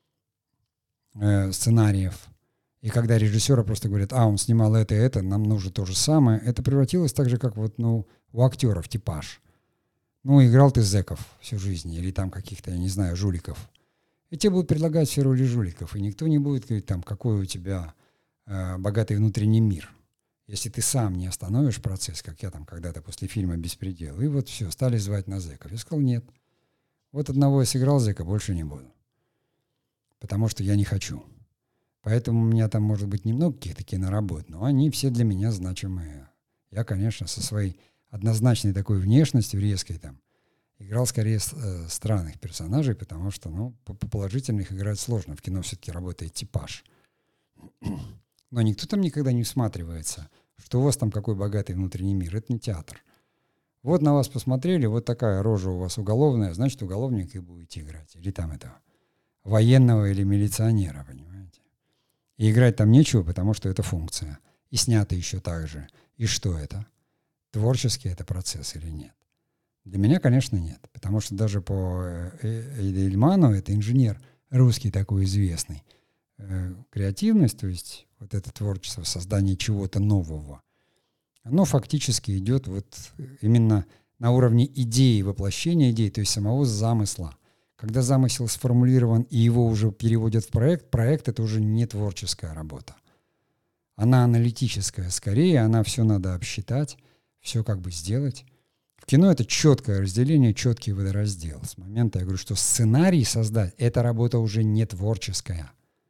э, сценариев, и когда режиссеры просто говорят, а, он снимал это и это, нам нужно то же самое, это превратилось так же, как вот, ну, у актеров типаж. Ну, играл ты зэков всю жизнь, или там каких-то, я не знаю, жуликов. И тебе будут предлагать все роли жуликов, и никто не будет говорить, там, какой у тебя э, богатый внутренний мир. Если ты сам не остановишь процесс, как я там когда-то после фильма «Беспредел», и вот все, стали звать на зэков. Я сказал, нет. Вот одного я сыграл зэка, больше не буду. Потому что я не хочу. Поэтому у меня там может быть немного каких-то киноработ, но они все для меня значимые. Я, конечно, со своей однозначной такой внешностью, резкой там, играл скорее э, странных персонажей, потому что, ну, по, по положительных играть сложно. В кино все-таки работает типаж. Но никто там никогда не всматривается, что у вас там какой богатый внутренний мир. Это не театр. Вот на вас посмотрели, вот такая рожа у вас уголовная, значит, уголовника и будете играть. Или там этого военного или милиционера, понимаете. И играть там нечего, потому что это функция. И снято еще так же. И что это? Творческий это процесс или нет? Для меня, конечно, нет. Потому что даже по Эйдельману, это инженер русский такой известный, креативность, то есть вот это творчество, создание чего-то нового, оно фактически идет вот именно на уровне идеи, воплощения идеи, то есть самого замысла. Когда замысел сформулирован и его уже переводят в проект, проект — это уже не творческая работа. Она аналитическая скорее, она все надо обсчитать, все как бы сделать. В кино это четкое разделение, четкий водораздел. С момента я говорю, что сценарий создать — это работа уже не творческая.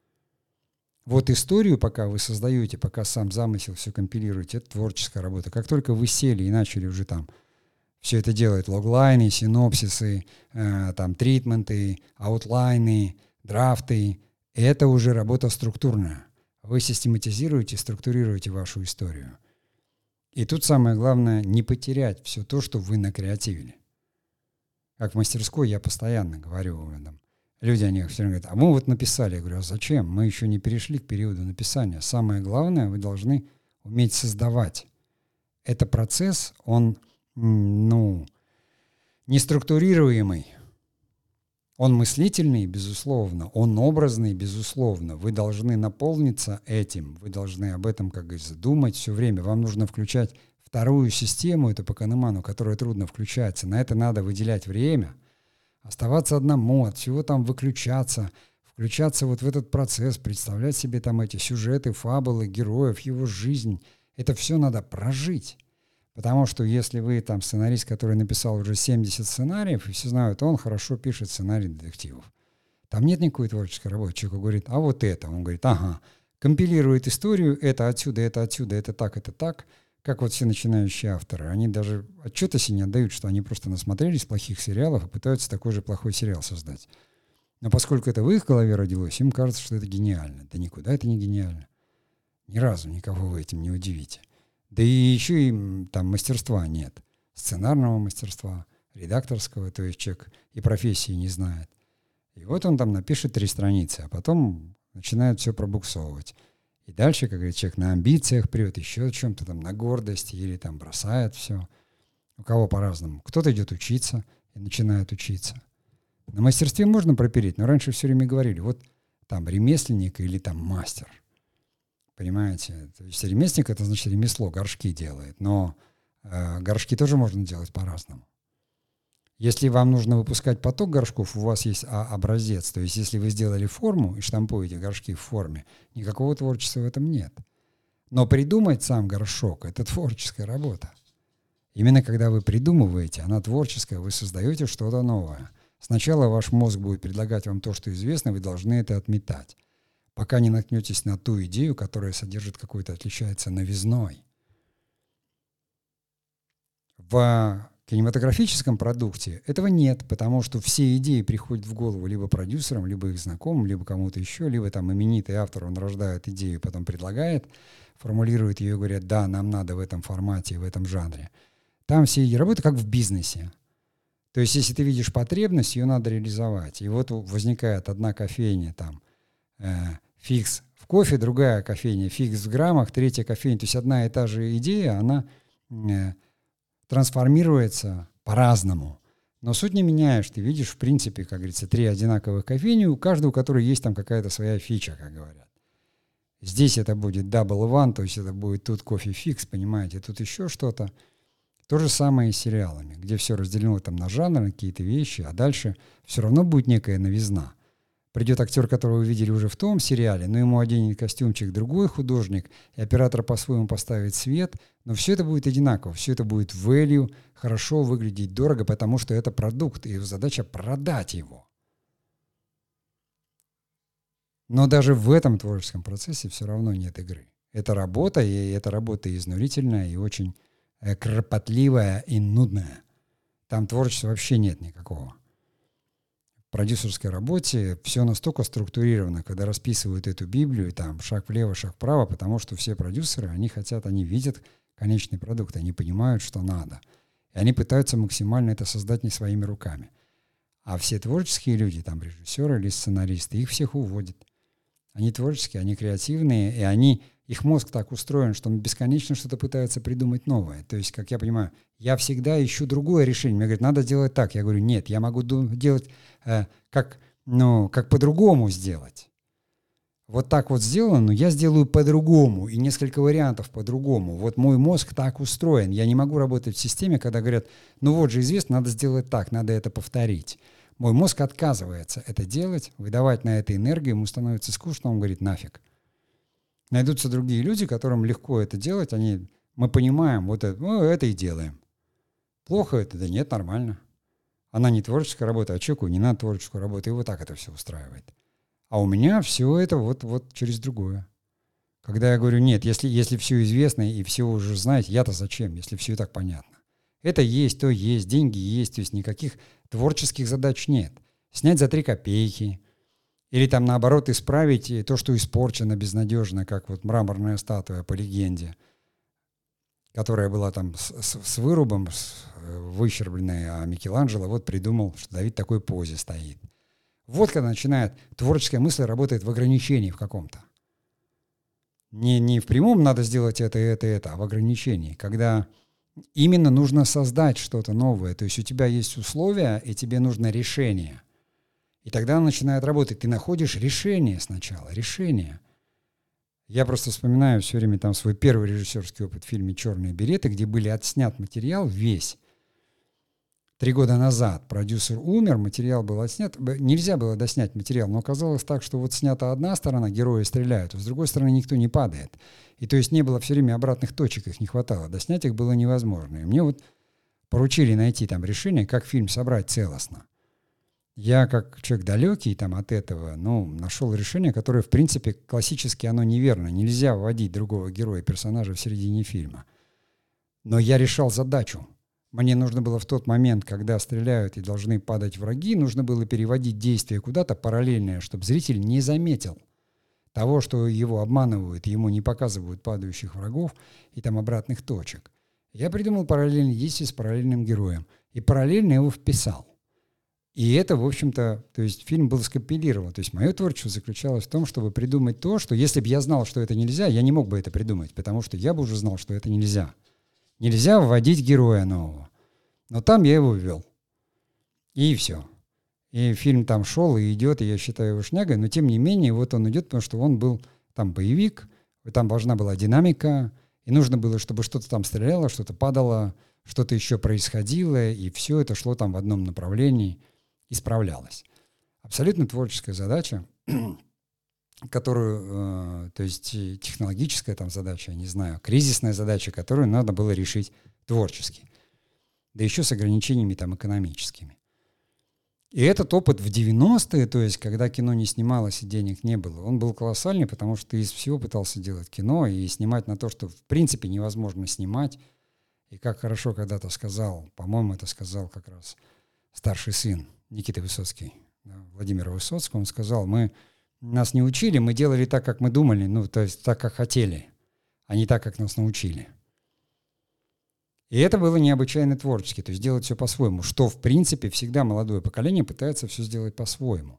Вот историю, пока вы создаете, пока сам замысел все компилируете, это творческая работа. Как только вы сели и начали уже там все это делать, логлайны, синопсисы, э, там тритменты, аутлайны, драфты, это уже работа структурная. Вы систематизируете, структурируете вашу историю. И тут самое главное — не потерять все то, что вы накреативили. Как в мастерской я постоянно говорю там, люди, они все время говорят, а мы вот написали. Я говорю, а зачем? Мы еще не перешли к периоду написания. Самое главное, вы должны уметь создавать. Это процесс, он, ну, неструктурируемый. Он мыслительный, безусловно, он образный, безусловно. Вы должны наполниться этим, вы должны об этом, как говорится, думать все время. Вам нужно включать вторую систему, это по Канеману, которая трудно включается. На это надо выделять время. Оставаться одному, от всего там выключаться, включаться вот в этот процесс, представлять себе там эти сюжеты, фабулы, героев, его жизнь. Это все надо прожить. Потому что если вы там сценарист, который написал уже семьдесят сценариев, и все знают, он хорошо пишет сценарий детективов. Там нет никакой творческой работы. Человек говорит, а вот это. Он говорит, ага, компилирует историю, это отсюда, это отсюда, это так, это так. Как вот все начинающие авторы. Они даже отчета себе не отдают, что они просто насмотрелись плохих сериалов и пытаются такой же плохой сериал создать. Но поскольку это в их голове родилось, им кажется, что это гениально. Да никуда это не гениально. Ни разу никого вы этим не удивите. Да и еще и там мастерства нет. Сценарного мастерства, редакторского, то есть человек и профессии не знает. И вот он там напишет три страницы, а потом начинает все пробуксовывать. И дальше, как говорит, человек на амбициях прет, еще о чем-то там, на гордости, или там бросает все. У кого по-разному. Кто-то идет учиться и начинает учиться. На мастерстве можно пропереть, но раньше все время говорили, вот там ремесленник или там мастер. Понимаете? То есть ремесленник — это значит ремесло, горшки делает. Но э, горшки тоже можно делать по-разному. Если вам нужно выпускать поток горшков, у вас есть а, образец. То есть если вы сделали форму и штампуете горшки в форме, никакого творчества в этом нет. Но придумать сам горшок — это творческая работа. Именно когда вы придумываете, она творческая, вы создаете что-то новое. Сначала ваш мозг будет предлагать вам то, что известно, вы должны это отметать, пока не наткнетесь на ту идею, которая содержит какой-то, отличается новизной. В кинематографическом продукте этого нет, потому что все идеи приходят в голову либо продюсерам, либо их знакомым, либо кому-то еще, либо там именитый автор, он рождает идею, потом предлагает, формулирует ее и говорят, да, нам надо в этом формате, в этом жанре. Там все эти работы как в бизнесе. То есть если ты видишь потребность, ее надо реализовать. И вот возникает одна кофейня там, э, фикс в кофе, другая кофейня фикс в граммах, третья кофейня. То есть одна и та же идея, она э, трансформируется по-разному. Но суть не меняешь. Ты видишь, в принципе, как говорится, три одинаковых кофейни, у каждого, у которой есть там какая-то своя фича, как говорят. Здесь это будет double one, то есть это будет тут кофе фикс, понимаете, тут еще что-то. То же самое и с сериалами, где все разделено там на жанры, на какие-то вещи, а дальше все равно будет некая новизна. Придет актер, которого вы видели уже в том сериале, но ему оденет костюмчик другой художник, и оператор по-своему поставит свет, но все это будет одинаково, все это будет value, хорошо выглядеть, дорого, потому что это продукт, и его задача продать его. Но даже в этом творческом процессе все равно нет игры. Это работа, и эта работа изнурительная, и очень кропотливая и нудная. Там творчества вообще нет никакого. В продюсерской работе все настолько структурировано, когда расписывают эту Библию, там шаг влево, шаг вправо, потому что все продюсеры, они хотят, они видят конечный продукт, они понимают, что надо. И они пытаются максимально это создать не своими руками. А все творческие люди, там режиссеры или сценаристы, их всех уводят. Они творческие, они креативные, и они, их мозг так устроен, что он бесконечно что-то пытается придумать новое. То есть, как я понимаю, я всегда ищу другое решение. Мне говорят, надо сделать так. Я говорю, нет, я могу делать э, как, ну, как по-другому сделать. Вот так вот сделано, но я сделаю по-другому, и несколько вариантов по-другому. Вот мой мозг так устроен. Я не могу работать в системе, когда говорят, ну вот же известно, надо сделать так, надо это повторить. Мой мозг отказывается это делать, выдавать на это энергию, ему становится скучно, он говорит, нафиг. Найдутся другие люди, которым легко это делать, они, мы понимаем, вот это, ну, это и делаем. Плохо это? Да нет, нормально. Она не творческая работа, а человеку не надо творческую работу, и вот так это все устраивает. А у меня все это вот, вот через другое. Когда я говорю, нет, если, если все известно и все уже знаете, я-то зачем, если все и так понятно. Это есть, то есть, деньги есть, то есть никаких творческих задач нет. Снять за три копейки, или там наоборот исправить то, что испорчено безнадежно, как вот мраморная статуя по легенде, которая была там с, с, с вырубом, с, выщербленная, а Микеланджело вот придумал, что Давид в такой позе стоит. Вот когда начинает творческая мысль работает в ограничении в каком-то. Не, не в прямом надо сделать это, это, это, а в ограничении, когда именно нужно создать что-то новое. То есть у тебя есть условия, и тебе нужно решение. И тогда оно начинает работать. Ты находишь решение сначала, решение. Я просто вспоминаю все время там свой первый режиссерский опыт в фильме «Черные береты», где были отснят материал весь. Три года назад продюсер умер, материал был отснят. Нельзя было доснять материал, но оказалось так, что вот снята одна сторона, герои стреляют, а с другой стороны никто не падает. И то есть не было все время обратных точек, их не хватало. Доснять их было невозможно. И мне вот поручили найти там решение, как фильм собрать целостно. Я, как человек далекий там, от этого, ну, нашел решение, которое, в принципе, классически оно неверно. Нельзя вводить другого героя, персонажа в середине фильма. Но я решал задачу. Мне нужно было в тот момент, когда стреляют и должны падать враги, нужно было переводить действие куда-то параллельное, чтобы зритель не заметил того, что его обманывают, ему не показывают падающих врагов и там обратных точек. Я придумал параллельное действие с параллельным героем и параллельно его вписал. И это, в общем-то, то есть фильм был скомпилирован. То есть мое творчество заключалось в том, чтобы придумать то, что если бы я знал, что это нельзя, я не мог бы это придумать, потому что я бы уже знал, что это нельзя. Нельзя вводить героя нового. Но там я его ввел. И все. И фильм там шел и идет, и я считаю его шнягой, но тем не менее вот он идет, потому что он был там боевик, там должна была динамика, и нужно было, чтобы что-то там стреляло, что-то падало, что-то еще происходило, и все это шло там в одном направлении и справлялось. Абсолютно творческая задача, которую, э, то есть технологическая там задача, я не знаю, кризисная задача, которую надо было решить творчески. Да еще с ограничениями там экономическими. И этот опыт в девяностые, то есть когда кино не снималось и денег не было, он был колоссальный, потому что ты из всего пытался делать кино и снимать на то, что в принципе невозможно снимать. И как хорошо когда-то сказал, по-моему, это сказал как раз старший сын Никиты Высоцкий, да, Владимира Высоцкого, он сказал, мы, нас не учили, мы делали так, как мы думали, ну, то есть так, как хотели, а не так, как нас научили. И это было необычайно творчески, то есть делать все по-своему, что, в принципе, всегда молодое поколение пытается все сделать по-своему.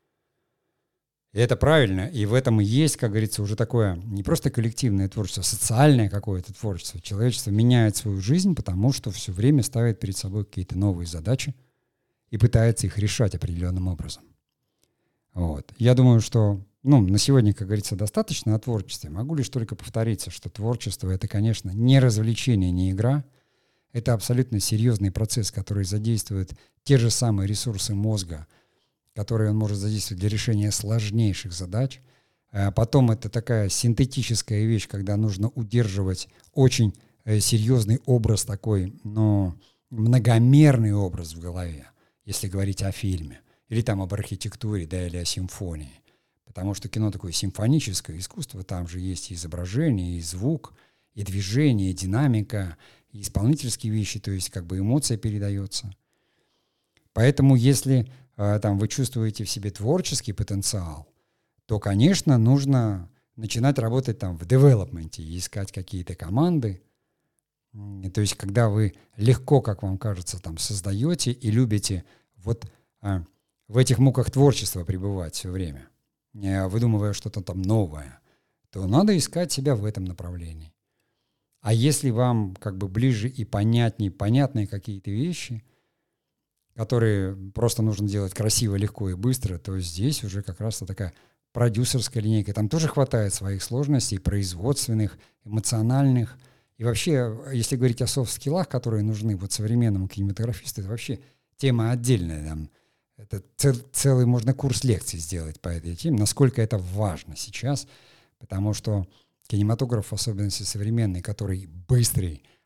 И это правильно, и в этом и есть, как говорится, уже такое не просто коллективное творчество, а социальное какое-то творчество. Человечество меняет свою жизнь, потому что все время ставит перед собой какие-то новые задачи и пытается их решать определенным образом. Вот. Я думаю, что ну, на сегодня, как говорится, достаточно о творчестве. Могу лишь только повториться, что творчество — это, конечно, не развлечение, не игра. Это абсолютно серьезный процесс, который задействует те же самые ресурсы мозга, которые он может задействовать для решения сложнейших задач. А потом это такая синтетическая вещь, когда нужно удерживать очень серьезный образ такой, но многомерный образ в голове, если говорить о фильме, или там об архитектуре, да, или о симфонии. Потому что кино такое симфоническое искусство, там же есть и изображение, и звук, и движение, и динамика, и исполнительские вещи, то есть как бы эмоция передается. Поэтому если э, там, вы чувствуете в себе творческий потенциал, то, конечно, нужно начинать работать там в девелопменте, искать какие-то команды. То есть когда вы легко, как вам кажется, там создаете и любите вот э, в этих муках творчества пребывать все время, выдумывая что-то там новое, то надо искать себя в этом направлении. А если вам как бы ближе и понятнее, понятные какие-то вещи, которые просто нужно делать красиво, легко и быстро, то здесь уже как раз такая продюсерская линейка. Там тоже хватает своих сложностей, производственных, эмоциональных. И вообще, если говорить о софт-скиллах, которые нужны вот современному кинематографисту, это вообще тема отдельная. Там, это цел, целый можно курс лекций сделать по этой теме, насколько это важно сейчас, потому что кинематограф, в особенности современный, который быстрый,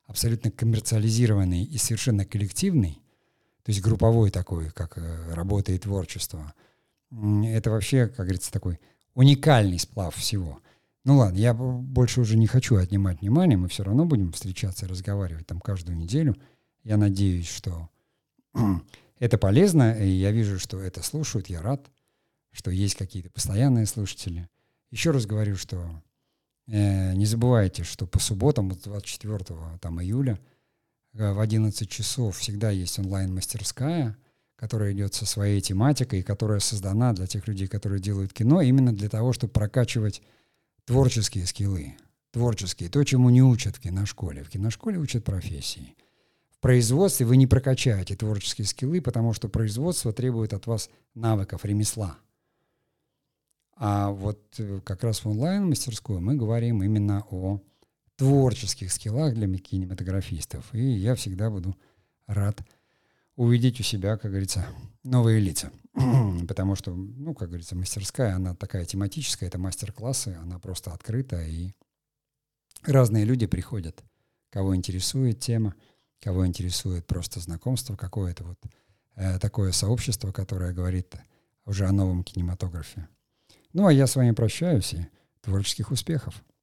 абсолютно коммерциализированный и совершенно коллективный, то есть групповой такой, как работа и творчество, это вообще, как говорится, такой уникальный сплав всего. Ну ладно, я больше уже не хочу отнимать внимание, мы все равно будем встречаться и разговаривать там каждую неделю. Я надеюсь, что это полезно, и я вижу, что это слушают, я рад, что есть какие-то постоянные слушатели. Еще раз говорю, что э, не забывайте, что по субботам, двадцать четвёртого там, июля, э, в одиннадцать часов всегда есть онлайн-мастерская, которая идет со своей тематикой, и которая создана для тех людей, которые делают кино, именно для того, чтобы прокачивать творческие скиллы. Творческие, то, чему не учат в киношколе. В киношколе учат профессии. В производстве вы не прокачаете творческие скиллы, потому что производство требует от вас навыков, ремесла. А вот как раз в онлайн-мастерской мы говорим именно о творческих скиллах для кинематографистов. И я всегда буду рад увидеть у себя, как говорится, новые лица. Потому что, ну, как говорится, мастерская, она такая тематическая, это мастер-классы, она просто открыта, и разные люди приходят, кого интересует тема, кого интересует просто знакомство, какое-то вот э, такое сообщество, которое говорит уже о новом кинематографе. Ну, а я с вами прощаюсь и творческих успехов.